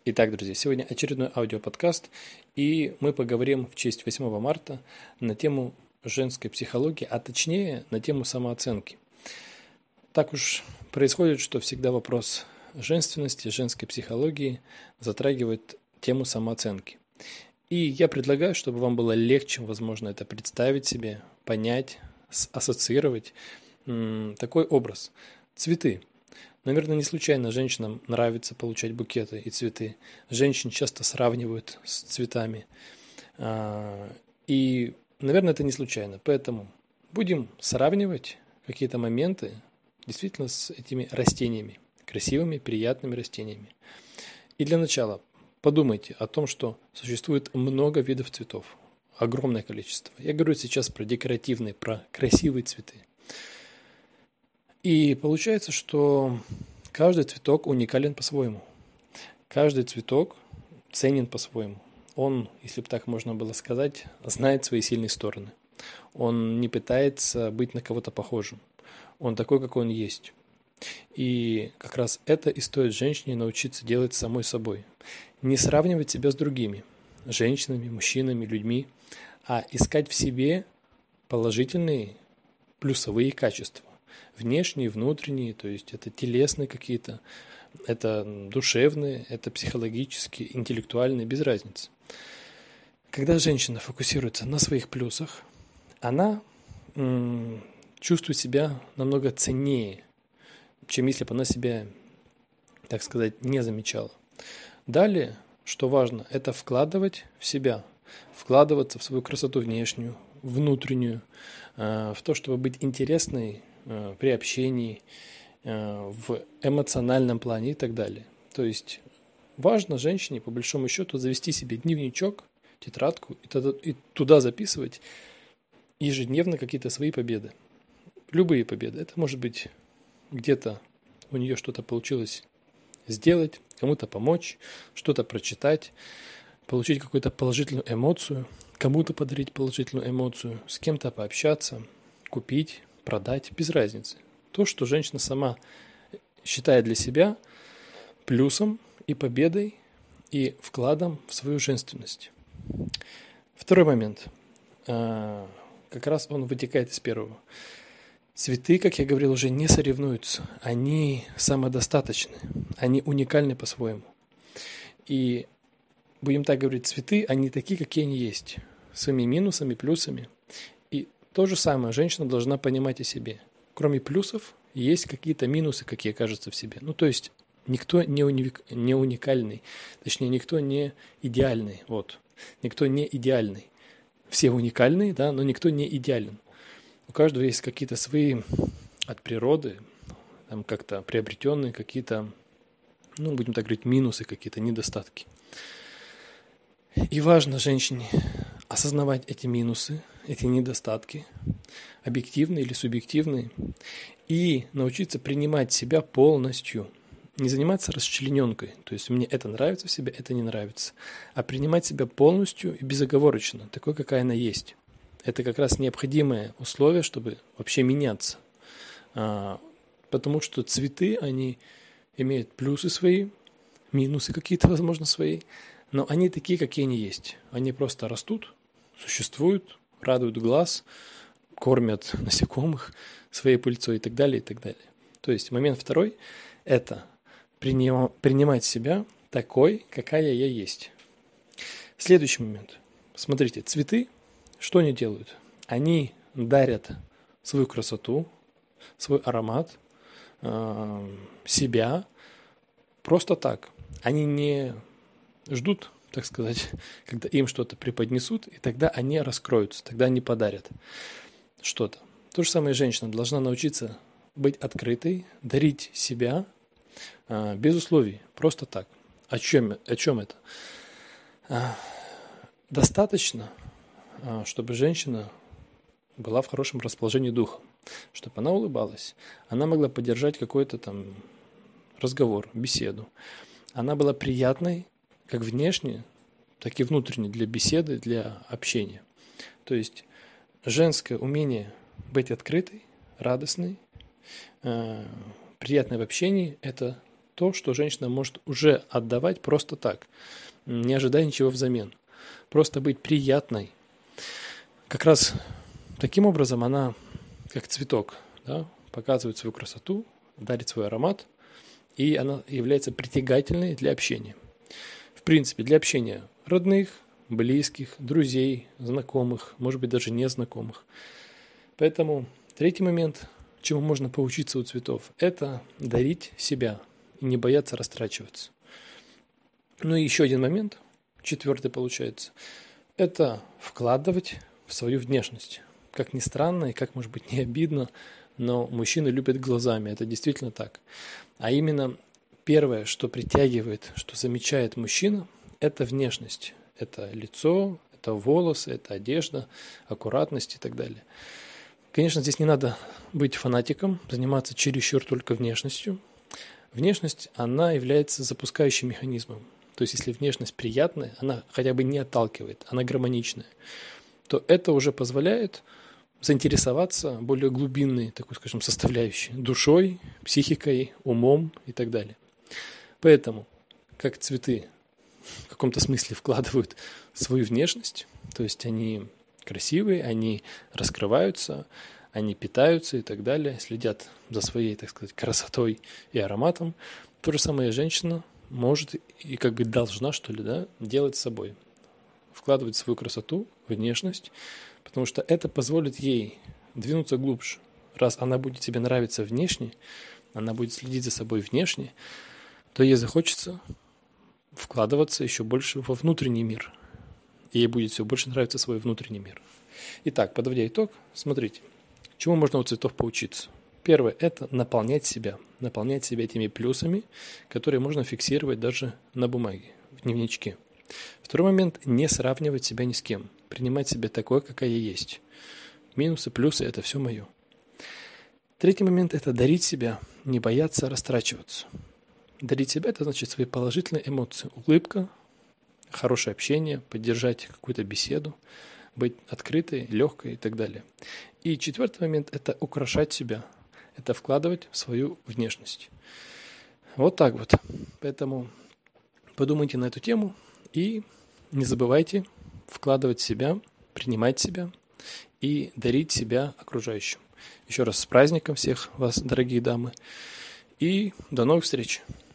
Итак, друзья, сегодня очередной аудиоподкаст, и мы поговорим в честь 8 марта на тему женской психологии, а точнее на тему самооценки. Так уж происходит, что всегда вопрос женственности, женской психологии затрагивает тему самооценки. И я предлагаю, чтобы вам было легче, возможно, это представить себе, понять, ассоциировать такой образ. Цветы. Наверное, не случайно женщинам нравится получать букеты и цветы. Женщин часто сравнивают с цветами. И, наверное, это не случайно. Поэтому будем сравнивать какие-то моменты действительно с этими растениями. Красивыми, приятными растениями. И для начала подумайте о том, что существует много видов цветов. Огромное количество. Я говорю сейчас про декоративные, про красивые цветы. И получается, что каждый цветок уникален по-своему. Каждый цветок ценен по-своему. Он, если бы так можно было сказать, знает свои сильные стороны. Он не пытается быть на кого-то похожим. Он такой, какой он есть. И как раз это и стоит женщине научиться делать самой собой. Не сравнивать себя с другими, женщинами, мужчинами, людьми, а искать в себе положительные плюсовые качества. Внешние, внутренние, то есть это телесные какие-то, это душевные, это психологические, интеллектуальные, без разницы. Когда женщина фокусируется на своих плюсах, она чувствует себя намного ценнее, чем если бы она себя, так сказать, не замечала. Далее, что важно, это вкладывать в себя, вкладываться в свою красоту внешнюю, внутреннюю, в то, чтобы быть интересной при общении, в эмоциональном плане и так далее. То есть важно женщине, по большому счету, завести себе дневничок, тетрадку и туда записывать ежедневно какие-то свои победы. Любые победы. Это может быть где-то у нее что-то получилось сделать, кому-то помочь, что-то прочитать, получить какую-то положительную эмоцию, кому-то подарить положительную эмоцию, с кем-то пообщаться, купить, продать, без разницы. То, что женщина сама считает для себя плюсом и победой, и вкладом в свою женственность. Второй момент. Как раз он вытекает из первого. Цветы, как я говорил, уже не соревнуются. Они самодостаточны. Они уникальны по-своему. И будем так говорить, цветы, они такие, какие они есть. Своими минусами, плюсами. И то же самое женщина должна понимать о себе. Кроме плюсов, есть какие-то минусы, какие кажутся в себе. Ну, то есть, никто не уникальный. Точнее, никто не идеальный. Вот. Никто не идеальный. Все уникальные, да, но никто не идеален. У каждого есть какие-то свои от природы, там как-то приобретенные какие-то, ну, будем так говорить, минусы какие-то, недостатки. И важно женщине осознавать эти минусы, эти недостатки, объективные или субъективные, и научиться принимать себя полностью, не заниматься расчлененкой, то есть мне это нравится в себе, это не нравится, а принимать себя полностью и безоговорочно, такой, какая она есть. Это как раз необходимое условие, чтобы вообще меняться, потому что цветы, они имеют плюсы свои, минусы какие-то, возможно, свои, но они такие, какие они есть. Они просто растут, существуют, радуют глаз, кормят насекомых своей пыльцой и так далее, и так далее. То есть момент второй – это принимать себя такой, какая я есть. Следующий момент. Смотрите, цветы, что они делают? Они дарят свою красоту, свой аромат, себя просто так. Они не ждут, так сказать, когда им что-то преподнесут, и тогда они раскроются, тогда они подарят что-то. То же самое женщина должна научиться быть открытой, дарить себя без условий, просто так. О чем это? Достаточно, чтобы женщина была в хорошем расположении духа, чтобы она улыбалась, она могла поддержать какой-то там разговор, беседу. Она была приятной, как внешне, так и внутренне, для беседы, для общения. То есть женское умение быть открытой, радостной, приятной в общении – это то, что женщина может уже отдавать просто так, не ожидая ничего взамен. Просто быть приятной. Как раз таким образом она, как цветок, да, показывает свою красоту, дарит свой аромат, и она является притягательной для общения. В принципе, для общения родных, близких, друзей, знакомых, может быть, даже незнакомых. Поэтому третий момент, чему можно поучиться у цветов, это дарить себя и не бояться растрачиваться. Ну и еще один момент, четвертый получается, это вкладывать в свою внешность. Как ни странно и как, может быть, не обидно, но мужчины любят глазами, это действительно так. А именно первое, что притягивает, что замечает мужчина, это внешность. Это лицо, это волосы, это одежда, аккуратность и так далее. Конечно, здесь не надо быть фанатиком, заниматься чересчур только внешностью. Внешность, она является запускающим механизмом. То есть, если внешность приятная, она хотя бы не отталкивает, она гармоничная, то это уже позволяет заинтересоваться более глубинной, такой, скажем, составляющей, душой, психикой, умом и так далее. Поэтому, как цветы в каком-то смысле вкладывают свою внешность, то есть они красивые, они раскрываются, они питаются и так далее, следят за своей, так сказать, красотой и ароматом, то же самое женщина может и как бы должна, что ли, да, делать с собой. Вкладывать свою красоту, внешность, потому что это позволит ей двинуться глубже. Раз она будет тебе нравиться внешне, она будет следить за собой внешне, то ей захочется вкладываться еще больше во внутренний мир. И ей будет все больше нравиться свой внутренний мир. Итак, подводя итог, смотрите, чему можно у цветов поучиться. Первое – это наполнять себя этими плюсами, которые можно фиксировать даже на бумаге, в дневничке. Второй момент – не сравнивать себя ни с кем, принимать себя такой, какая есть. Минусы, плюсы – это все мое. Третий момент – это дарить себя, не бояться растрачиваться. Дарить себя – это значит свои положительные эмоции, улыбка, хорошее общение, поддержать какую-то беседу, быть открытой, легкой и так далее. И четвертый момент – это украшать себя, это вкладывать в свою внешность. Вот так вот. Поэтому подумайте на эту тему и не забывайте вкладывать в себя, принимать себя и дарить себя окружающим. Еще раз с праздником всех вас, дорогие дамы, и до новых встреч!